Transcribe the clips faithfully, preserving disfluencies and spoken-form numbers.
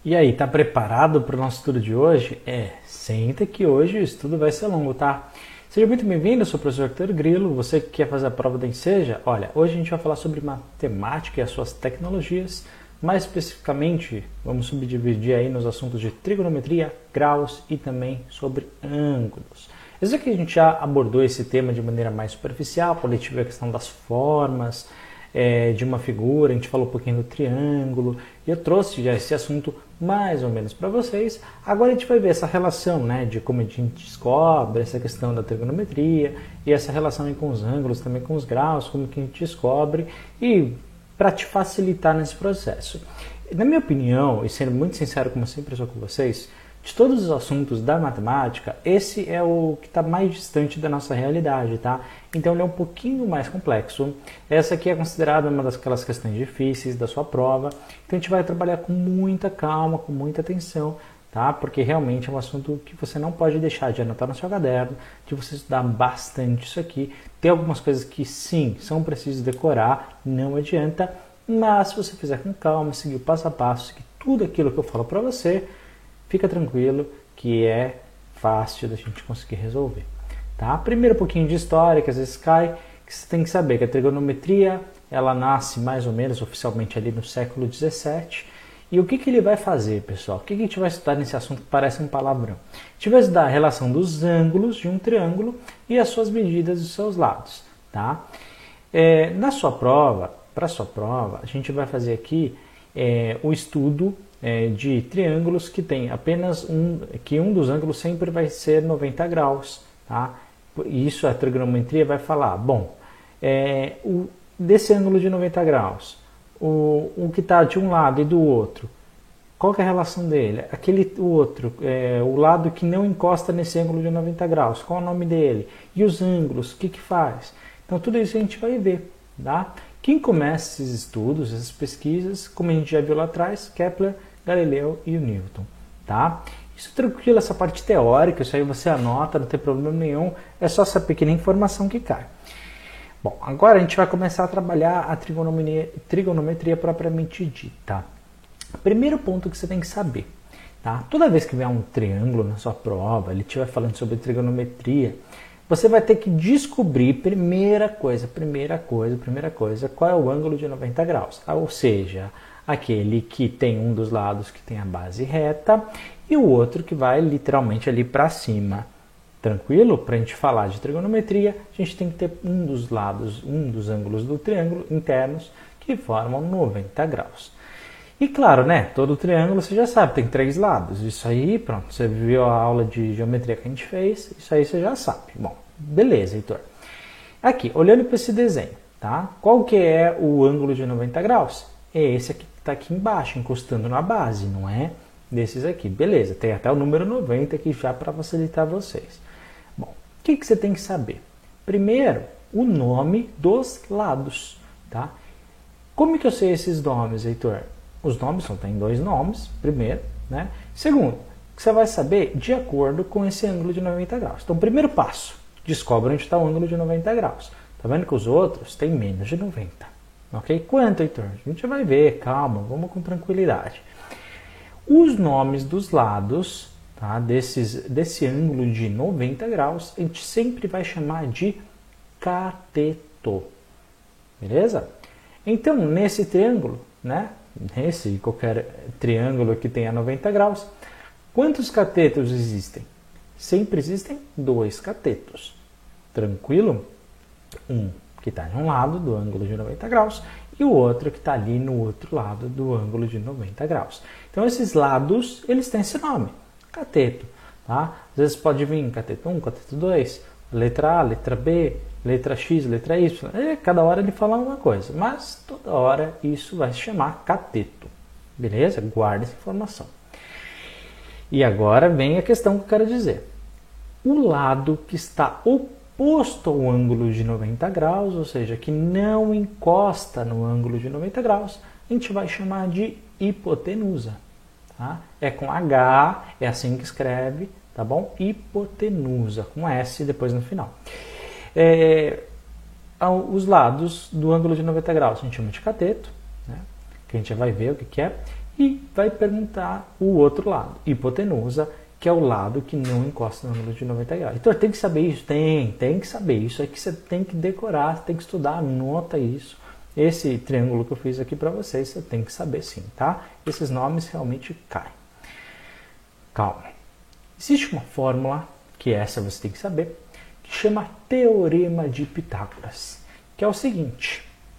E aí, tá preparado para o nosso estudo de hoje? É, senta que hoje o estudo vai ser longo, tá? Seja muito bem-vindo, eu sou o professor Arthur Grilo, você que quer fazer a prova da Enseja. Olha, hoje a gente vai falar sobre matemática e as suas tecnologias. Mais especificamente, vamos subdividir aí nos assuntos de trigonometria, graus e também sobre ângulos. Eu sei que a gente já abordou esse tema de maneira mais superficial, quando a gente viu a questão das formas, é, de uma figura, a gente falou um pouquinho do triângulo, e eu trouxe já esse assunto mais ou menos para vocês. Agora a gente vai ver essa relação, né, de como a gente descobre essa questão da trigonometria, e essa relação aí com os ângulos, também com os graus, como que a gente descobre, e para te facilitar nesse processo. Na minha opinião, e sendo muito sincero como eu sempre sou com vocês, de todos os assuntos da matemática, esse é o que está mais distante da nossa realidade, tá? Então ele é um pouquinho mais complexo. Essa aqui é considerada uma daquelas questões difíceis da sua prova. Então a gente vai trabalhar com muita calma, com muita atenção, tá? Porque realmente é um assunto que você não pode deixar de anotar no seu caderno, de você estudar bastante isso aqui. Tem algumas coisas que sim, são precisas decorar, não adianta, mas se você fizer com calma, seguir o passo a passo, seguir tudo aquilo que eu falo para você, fica tranquilo que é fácil da gente conseguir resolver, tá? Primeiro um pouquinho de história, que às vezes cai, que você tem que saber que a trigonometria, ela nasce mais ou menos oficialmente ali no século dezessete. E o que, que ele vai fazer, pessoal? O que, que a gente vai estudar nesse assunto que parece um palavrão? A gente vai estudar a relação dos ângulos de um triângulo e as suas medidas dos seus lados, tá? É, na sua prova, para a sua prova, a gente vai fazer aqui é, o estudo é, de triângulos que tem apenas um, que um dos ângulos sempre vai ser noventa graus, tá? Isso a trigonometria vai falar, bom, é, o, desse ângulo de noventa graus, o, o que está de um lado e do outro, qual que é a relação dele? Aquele o outro, é, o lado que não encosta nesse ângulo de noventa graus, qual é o nome dele? E os ângulos, o que que faz? Então tudo isso a gente vai ver, tá? Quem começa esses estudos, essas pesquisas, como a gente já viu lá atrás, Kepler, Galileu e o Newton, tá? Isso é tranquilo, essa parte teórica, isso aí você anota, não tem problema nenhum, é só essa pequena informação que cai. Bom, agora a gente vai começar a trabalhar a trigonometria, trigonometria propriamente dita. Primeiro ponto que você tem que saber, tá? Toda vez que vier um triângulo na sua prova, ele estiver falando sobre trigonometria, você vai ter que descobrir, primeira coisa, primeira coisa, primeira coisa, qual é o ângulo de noventa graus, tá? Ou seja, aquele que tem um dos lados que tem a base reta e o outro que vai literalmente ali para cima. Tranquilo? Para a gente falar de trigonometria, a gente tem que ter um dos lados, um dos ângulos do triângulo internos que formam noventa graus. E claro, né? Todo triângulo você já sabe, tem três lados. Isso aí, pronto, você viu a aula de geometria que a gente fez, isso aí você já sabe. Bom, beleza, Heitor. Aqui, olhando para esse desenho, tá? Qual que é o ângulo de noventa graus? É esse aqui que está aqui embaixo, encostando na base, não é desses aqui. Beleza, tem até o número noventa aqui já para facilitar vocês. Bom, o que, que você tem que saber? Primeiro, o nome dos lados, tá? Como que eu sei esses nomes, Heitor? Os nomes são, tem dois nomes, primeiro, né? Segundo, você vai saber de acordo com esse ângulo de noventa graus. Então, primeiro passo, descobre onde está o ângulo de noventa graus. Tá vendo que os outros têm menos de noventa. Ok? Quanto, Heitor? A gente vai ver, calma, vamos com tranquilidade. Os nomes dos lados, tá, desses, desse ângulo de noventa graus, a gente sempre vai chamar de cateto. Beleza? Então, nesse triângulo, né, nesse qualquer triângulo que tenha noventa graus, quantos catetos existem? Sempre existem dois catetos. Tranquilo? Um que está de um lado do ângulo de noventa graus e o outro que está ali no outro lado do ângulo de noventa graus. Então, esses lados, eles têm esse nome, cateto. Tá? Às vezes pode vir cateto um, cateto dois, letra A, letra B, letra X, letra Y. É, cada hora ele fala uma coisa, mas toda hora isso vai se chamar cateto. Beleza? Guarda essa informação. E agora vem a questão que eu quero dizer. O lado que está oposto ao ângulo de noventa graus, ou seja, que não encosta no ângulo de noventa graus, a gente vai chamar de hipotenusa. Tá? É com H, é assim que escreve, tá bom? Hipotenusa, com S depois no final. É, os lados do ângulo de noventa graus a gente chama de cateto, né? Que a gente já vai ver o que, que é. e vai perguntar o outro lado, hipotenusa, que é o lado que não encosta no ângulo de noventa graus. Então tem que saber isso? Tem, tem que saber isso. É que você tem que decorar, tem que estudar, anota isso. Esse triângulo que eu fiz aqui para vocês, você tem que saber sim, tá? Esses nomes realmente caem. Calma. Existe uma fórmula, que essa você tem que saber, que chama Teorema de Pitágoras, que é o seguinte.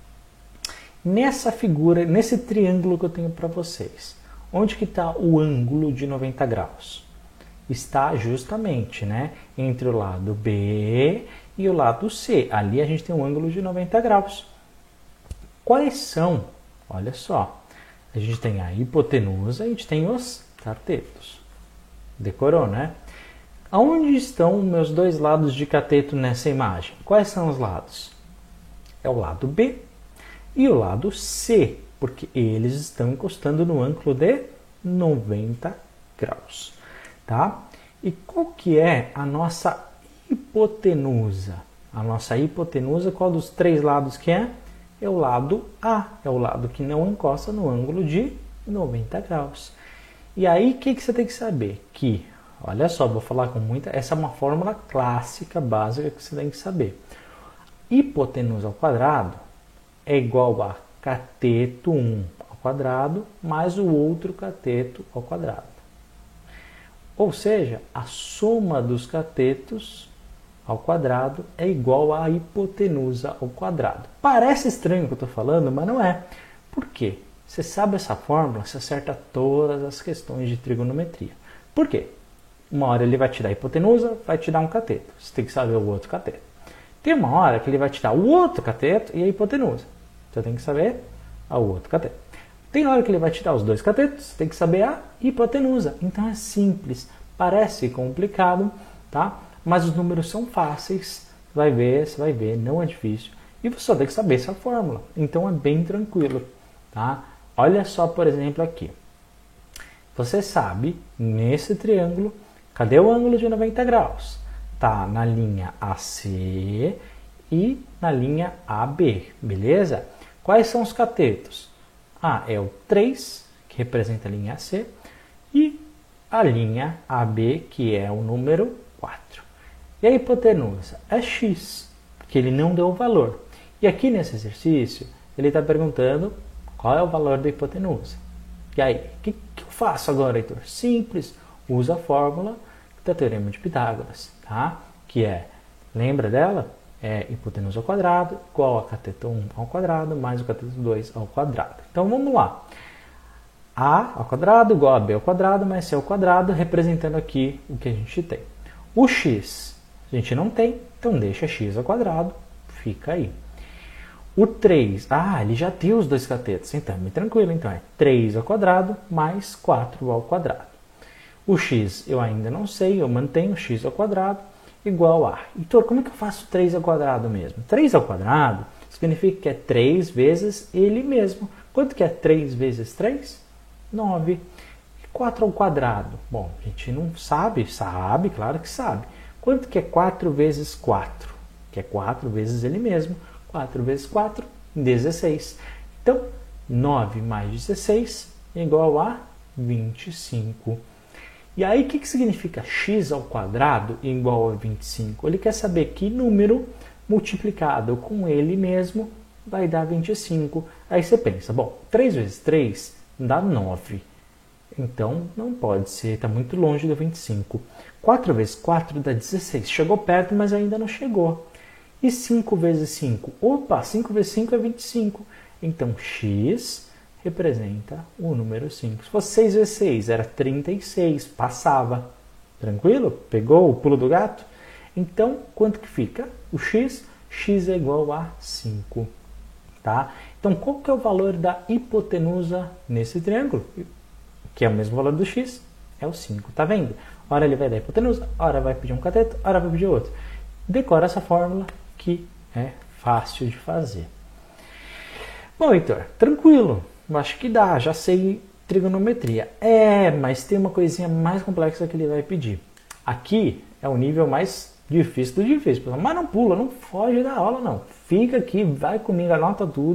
Nessa figura, nesse triângulo que eu tenho para vocês, onde que está o ângulo de noventa graus? Está justamente, né, entre o lado B e o lado C. Ali a gente tem um ângulo de noventa graus. Quais são? Olha só. A gente tem a hipotenusa e a gente tem os catetos. Decorou, né? Aonde estão meus dois lados de cateto nessa imagem? Quais são os lados? É o lado B e o lado C, porque eles estão encostando no ângulo de noventa graus. Tá? E qual que é a nossa hipotenusa? A nossa hipotenusa, qual dos três lados que é? É o lado A, é o lado que não encosta no ângulo de noventa graus. E aí, o que, que você tem que saber? Que, olha só, vou falar com muita... Essa é uma fórmula clássica, básica, que você tem que saber. Hipotenusa ao quadrado é igual a cateto um ao quadrado mais o outro cateto ao quadrado. Ou seja, a soma dos catetos ao quadrado é igual à hipotenusa ao quadrado. Parece estranho o que eu estou falando, mas não é. Por quê? Você sabe essa fórmula, você acerta todas as questões de trigonometria. Por quê? Uma hora ele vai te dar a hipotenusa, vai te dar um cateto. Você tem que saber o outro cateto. Tem uma hora que ele vai te dar o outro cateto e a hipotenusa. Você tem que saber o outro cateto. Tem hora que ele vai te dar os dois catetos, você tem que saber a hipotenusa. Então é simples, parece complicado, tá? Mas os números são fáceis, vai ver, você vai ver, não é difícil. E você só tem que saber essa fórmula, então é bem tranquilo, tá? Olha só, por exemplo, aqui. Você sabe, nesse triângulo, cadê o ângulo de noventa graus? Tá na linha A C e na linha A B, beleza? Quais são os catetos? A é o três, que representa a linha A C, e a linha A B, que é o número quatro. E a hipotenusa é x, que ele não deu o valor. E aqui nesse exercício, ele está perguntando qual é o valor da hipotenusa. E aí, o que, que eu faço agora, Heitor? Simples, usa a fórmula do Teorema de Pitágoras, tá? Que é, lembra dela? É hipotenusa ao quadrado igual a cateto um ao quadrado mais o cateto dois ao quadrado. Então vamos lá. A ao quadrado igual a B ao quadrado mais C ao quadrado, representando aqui o que a gente tem. O x a gente não tem, então deixa x ao quadrado, fica aí. O três, ah, ele já tem os dois catetos, então é tranquilo, então é três ao quadrado mais quatro ao quadrado. O x eu ainda não sei, eu mantenho x ao quadrado igual a... Heitor, como é que eu faço três ao quadrado mesmo? três ao quadrado significa que é três vezes ele mesmo. Quanto que é três vezes três? nove. quatro ao quadrado? Bom, a gente não sabe, sabe, claro que sabe. Quanto que é quatro vezes quatro? Que é quatro vezes ele mesmo. quatro vezes quatro, dezesseis. Então, nove mais dezesseis é igual a vinte e cinco. E aí, o que, que significa x ao quadrado igual a vinte e cinco? Ele quer saber que número multiplicado com ele mesmo vai dar vinte e cinco. Aí você pensa, bom, três vezes três dá nove. Então, não pode ser, está muito longe do vinte e cinco. quatro vezes quatro dá dezesseis. Chegou perto, mas ainda não chegou. E cinco vezes cinco? Opa, cinco vezes cinco é vinte e cinco. Então, x representa o número cinco. Se fosse seis vezes seis, era trinta e seis. Passava. Tranquilo? Pegou o pulo do gato? Então, quanto que fica? O x? X é igual a cinco. Tá? Então, qual que é o valor da hipotenusa nesse triângulo? Que é o mesmo valor do x, é o cinco. Tá vendo? Ora ele vai dar hipotenusa, ora vai pedir um cateto, ora vai pedir outro. Decora essa fórmula que é fácil de fazer. Bom, Heitor, tranquilo. Eu acho que dá, já sei trigonometria. É, mas tem uma coisinha mais complexa que ele vai pedir. Aqui é o nível mais difícil do difícil. Mas não pula, não foge da aula, não. Fica aqui, vai comigo, anota tudo,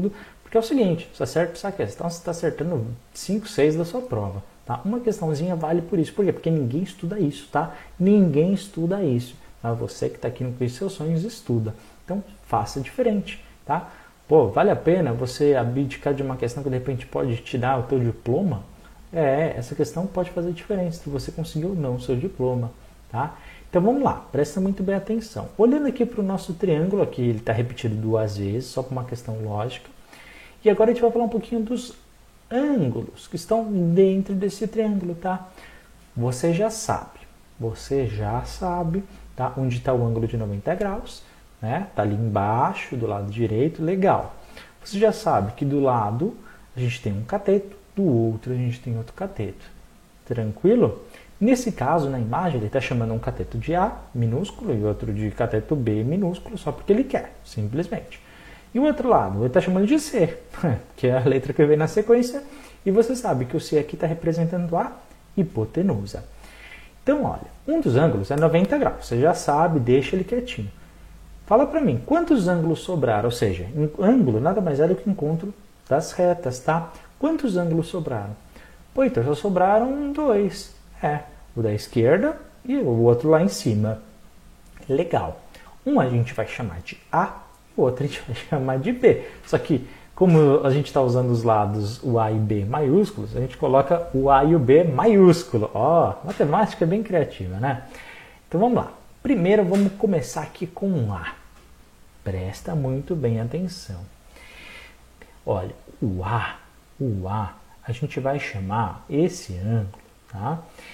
Porque é o seguinte, você acerta essa questão, você está acertando cinco, seis da sua prova. Tá? Uma questãozinha vale por isso. Por quê? Porque ninguém estuda isso, tá? Ninguém estuda isso. Mas você que está aqui no Quiz Seus Sonhos estuda. Então, faça diferente, tá? Pô, vale a pena você abdicar de uma questão que de repente pode te dar o teu diploma? É, essa questão pode fazer diferença se você conseguiu ou não o seu diploma, tá? Então vamos lá, presta muito bem atenção. Olhando aqui para o nosso triângulo, aqui ele está repetido duas vezes, só por uma questão lógica. E agora a gente vai falar um pouquinho dos ângulos que estão dentro desse triângulo, tá? Você já sabe, você já sabe, tá? Onde está o ângulo de noventa graus, né? Tá ali embaixo, do lado direito, legal. Você já sabe que do lado a gente tem um cateto, do outro a gente tem outro cateto. Tranquilo? Nesse caso, na imagem, ele está chamando um cateto de A, minúsculo, e outro de cateto B, minúsculo, só porque ele quer, simplesmente. E o outro lado, ele está chamando de C, que é a letra que vem na sequência, e você sabe que o C aqui está representando a hipotenusa. Então, olha, um dos ângulos é noventa graus, você já sabe, deixa ele quietinho. Fala para mim, quantos ângulos sobraram? Ou seja, ângulo nada mais é do que encontro das retas, tá? Quantos ângulos sobraram? Pô, então só sobraram dois. É, o da esquerda e o outro lá em cima. Legal. Um a gente vai chamar de A, o outro a gente vai chamar de B. Só que, como a gente está usando os lados o A e B maiúsculos, a gente coloca o A e o B maiúsculo. Ó, oh, matemática bem criativa, né? Então vamos lá. Primeiro vamos começar aqui com um A. Presta muito bem atenção. Olha, o A, o A, a gente vai chamar esse ângulo, tá?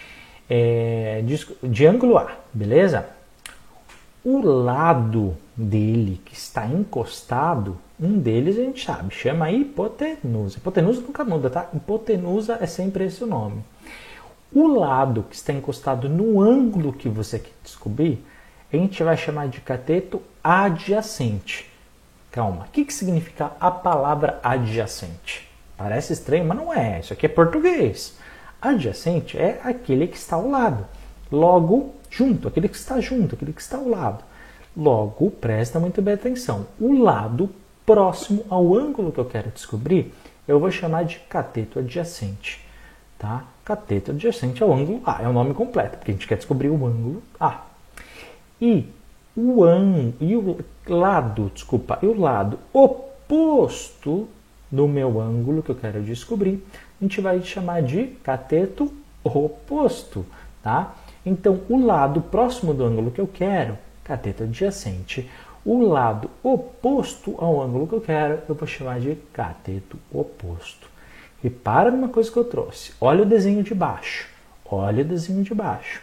É, de, de ângulo A, beleza? O lado dele que está encostado, um deles a gente sabe, chama hipotenusa. Hipotenusa nunca muda, tá? Hipotenusa é sempre esse o nome. O lado que está encostado no ângulo que você quer descobrir, a gente vai chamar de cateto adjacente. Calma, o que, que significa a palavra adjacente? Parece estranho, mas não é. Isso aqui é português. Adjacente é aquele que está ao lado. Logo, junto, aquele que está junto, aquele que está ao lado. Logo, presta muito bem atenção. O lado próximo ao ângulo que eu quero descobrir, eu vou chamar de cateto adjacente. Tá? Cateto adjacente ao ângulo A. É o nome completo, porque a gente quer descobrir o ângulo A. E o, an, e o lado, desculpa, e o lado oposto do meu ângulo que eu quero descobrir, a gente vai chamar de cateto oposto, tá? Então, o lado próximo do ângulo que eu quero, cateto adjacente. O lado oposto ao ângulo que eu quero, eu vou chamar de cateto oposto. Repara numa coisa que eu trouxe. Olha o desenho de baixo. Olha o desenho de baixo.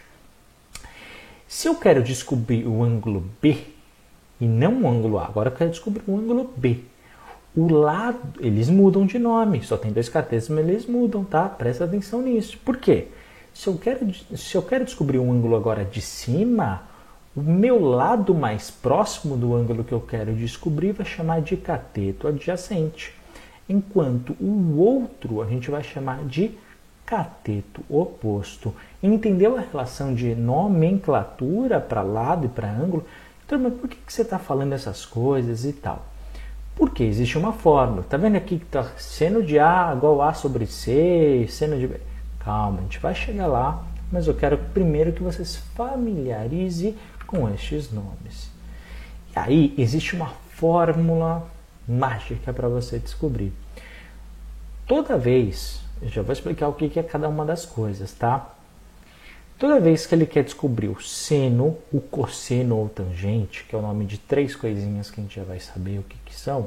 Se eu quero descobrir o ângulo B, e não o ângulo A, agora eu quero descobrir o ângulo B. O lado, eles mudam de nome, só tem dois catetos, mas eles mudam, tá? Presta atenção nisso. Por quê? Se eu quero, se eu quero descobrir um ângulo agora de cima, o meu lado mais próximo do ângulo que eu quero descobrir vai chamar de cateto adjacente. Enquanto o outro a gente vai chamar de cateto oposto. Entendeu a relação de nomenclatura para lado e para ângulo? Então, mas por que você está falando essas coisas e tal? Porque existe uma fórmula. Tá vendo aqui que está seno de A igual a sobre C, seno de B. Calma, a gente vai chegar lá, mas eu quero primeiro que vocês familiarizem com estes nomes. E aí existe uma fórmula mágica para você descobrir. Toda vez, eu já vou explicar o que é cada uma das coisas, tá? Toda vez que ele quer descobrir o seno, o cosseno ou tangente, que é o nome de três coisinhas que a gente já vai saber o que, que são,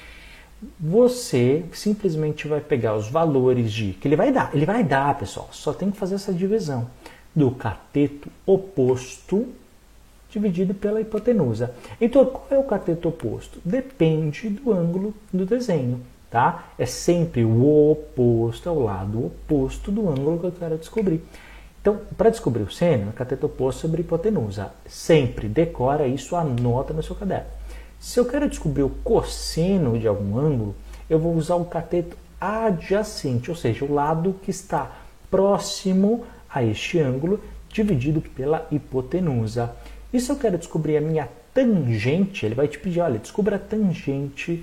você simplesmente vai pegar os valores de... que ele vai dar, ele vai dar, pessoal, só tem que fazer essa divisão do cateto oposto dividido pela hipotenusa. Então, qual é o cateto oposto? Depende do ângulo do desenho, tá? É sempre o oposto, é o lado oposto do ângulo que eu quero descobrir. Então, para descobrir o seno, é cateto oposto sobre hipotenusa. Sempre decora isso, anota no seu caderno. Se eu quero descobrir o cosseno de algum ângulo, eu vou usar o cateto adjacente, ou seja, o lado que está próximo a este ângulo, dividido pela hipotenusa. E se eu quero descobrir a minha tangente, ele vai te pedir, olha, descubra a tangente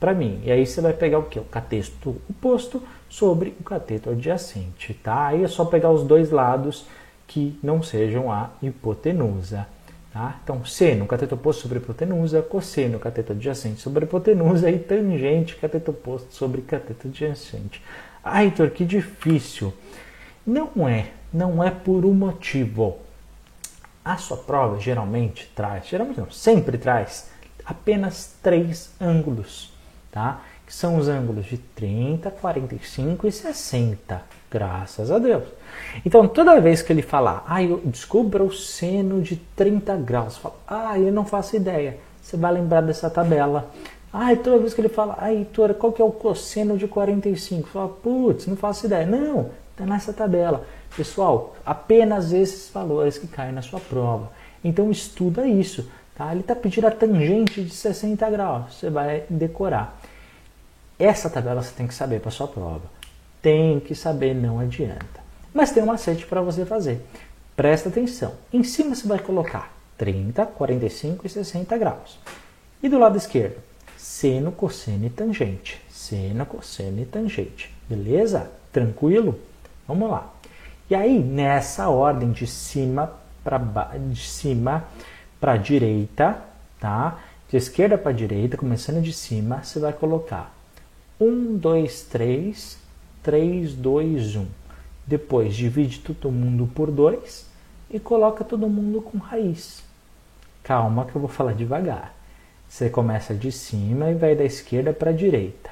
para mim. E aí você vai pegar o que? O cateto oposto sobre o cateto adjacente, tá? Aí é só pegar os dois lados que não sejam a hipotenusa, tá? Então, seno, cateto oposto sobre hipotenusa, cosseno, cateto adjacente sobre hipotenusa e tangente, cateto oposto sobre cateto adjacente. Ah, Heitor, que difícil. Não é, não é por um motivo. A sua prova geralmente traz, geralmente não, sempre traz apenas três ângulos, tá? Que são os ângulos de trinta, quarenta e cinco e sessenta, graças a Deus. Então, toda vez que ele falar, ah, eu descubra o seno de trinta graus, fala, ah, eu não faço ideia, você vai lembrar dessa tabela. Ah, e toda vez que ele fala, ah, Heitor, qual que é o cosseno de quarenta e cinco? Fala, putz, não faço ideia. Não, está nessa tabela. Pessoal, apenas esses valores que caem na sua prova. Então, estuda isso. Tá? Ele está pedindo a tangente de sessenta graus. Você vai decorar. Essa tabela você tem que saber para a sua prova. Tem que saber, não adianta. Mas tem um macete para você fazer. Presta atenção. Em cima você vai colocar trinta, quarenta e cinco e sessenta graus. E do lado esquerdo, seno, cosseno e tangente. Seno, cosseno e tangente. Beleza? Tranquilo? Vamos lá. E aí, nessa ordem de cima para de cima para direita, tá? De esquerda para direita, começando de cima, você vai colocar um, dois, três, três, dois, um. Depois divide todo mundo por dois e coloca todo mundo com raiz. Calma que eu vou falar devagar. Você começa de cima e vai da esquerda para a direita.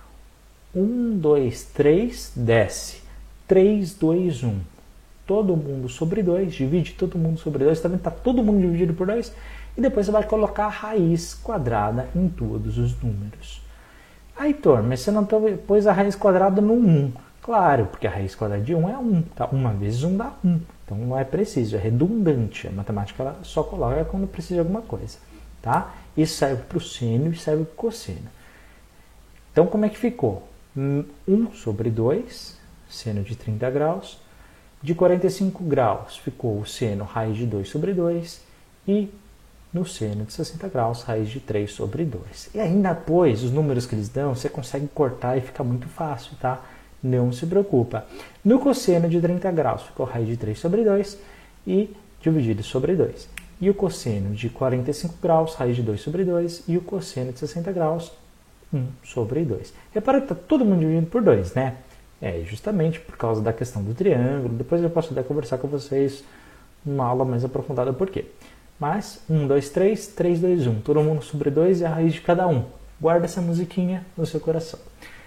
um, dois, três, desce. três, dois, um. Todo mundo sobre dois, divide todo mundo sobre dois, também está todo mundo dividido por dois, e depois você vai colocar a raiz quadrada em todos os números. Aí, Heitor, mas você não pôs a raiz quadrada no um. Claro, porque a raiz quadrada de um é um, tá? Uma vezes um dá um, então não é preciso, é redundante. A matemática ela só coloca quando precisa de alguma coisa, tá? Isso serve para o seno e serve para o cosseno. Então, como é que ficou? um sobre dois, seno de trinta graus. De quarenta e cinco graus ficou o seno raiz de dois sobre dois e no seno de sessenta graus raiz de três sobre dois. E ainda depois, os números que eles dão, você consegue cortar e fica muito fácil, tá? Não se preocupa. No cosseno de trinta graus ficou raiz de três sobre dois e dividido sobre dois. E o cosseno de quarenta e cinco graus, raiz de dois sobre dois, e o cosseno de sessenta graus, um sobre dois. Repara que está todo mundo dividido por dois, né? É, justamente por causa da questão do triângulo. Depois eu posso até conversar com vocês numa aula mais aprofundada por quê. Mas, um, dois, três, três, dois, um. Todo mundo sobre dois e a raiz de cada um. Guarda essa musiquinha no seu coração.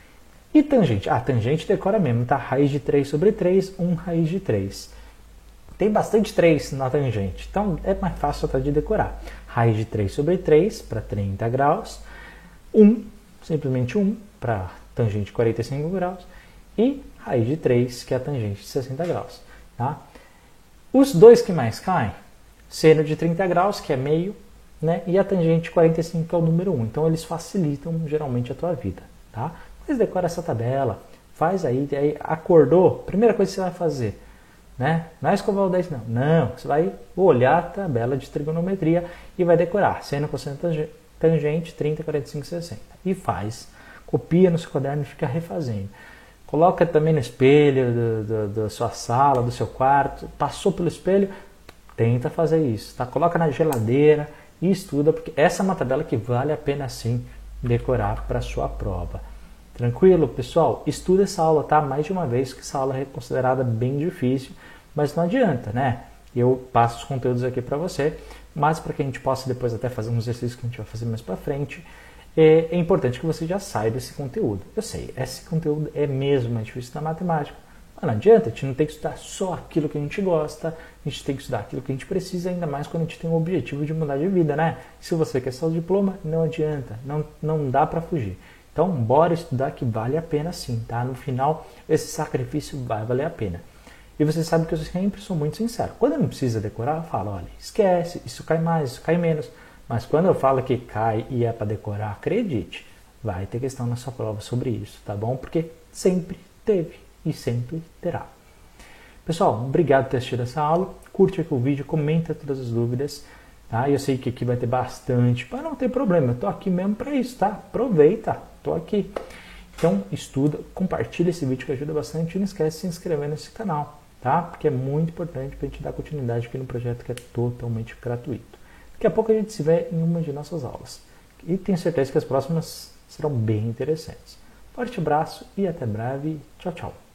E tangente? Ah, tangente decora mesmo, tá? Raiz de três sobre três, um raiz de três. Tem bastante três na tangente, então é mais fácil até de decorar. Raiz de três sobre três para trinta graus. um, simplesmente um, para tangente de quarenta e cinco graus. E raiz de três, que é a tangente de sessenta graus. Tá? Os dois que mais caem, seno de trinta graus, que é meio, né? E a tangente de quarenta e cinco, que é o número um. Então, eles facilitam geralmente a tua vida. Tá? Mas decora essa tabela, faz aí, aí acordou, primeira coisa que você vai fazer, né? Não é escovar o dente, não. Não, você vai olhar a tabela de trigonometria e vai decorar. Seno, cosseno, tangente, trinta, quarenta e cinco, sessenta. E faz. Copia no seu caderno e fica refazendo. Coloca também no espelho do, do, da sua sala, do seu quarto. Passou pelo espelho, tenta fazer isso. Tá? Coloca na geladeira e estuda, porque essa é uma tabela que vale a pena sim decorar para a sua prova. Tranquilo, pessoal? Estuda essa aula, tá? Mais de uma vez, que essa aula é considerada bem difícil, mas não adianta, né? Eu passo os conteúdos aqui para você, mas para que a gente possa depois até fazer um exercício que a gente vai fazer mais para frente, é, é importante que você já saiba esse conteúdo. Eu sei, esse conteúdo é mesmo mais difícil da matemática, mas não adianta, a gente não tem que estudar só aquilo que a gente gosta, a gente tem que estudar aquilo que a gente precisa, ainda mais quando a gente tem o objetivo de mudar de vida, né? Se você quer só o diploma, não adianta, não, não dá para fugir. Então, bora estudar que vale a pena sim, tá? No final, esse sacrifício vai valer a pena. E você sabe que eu sempre sou muito sincero. Quando eu não precisa decorar, eu falo, olha, esquece, isso cai mais, isso cai menos. Mas quando eu falo que cai e é para decorar, acredite, vai ter questão na sua prova sobre isso, tá bom? Porque sempre teve e sempre terá. Pessoal, obrigado por ter assistido essa aula. Curte aqui o vídeo, comenta todas as dúvidas. Tá? Eu sei que aqui vai ter bastante, mas não tem problema, eu tô aqui mesmo para isso, tá? Aproveita! Estou aqui. Então, estuda, compartilha esse vídeo que ajuda bastante e não esquece de se inscrever nesse canal, tá? Porque é muito importante para a gente dar continuidade aqui no projeto que é totalmente gratuito. Daqui a pouco a gente se vê em uma de nossas aulas. E tenho certeza que as próximas serão bem interessantes. Forte abraço e até breve. Tchau, tchau.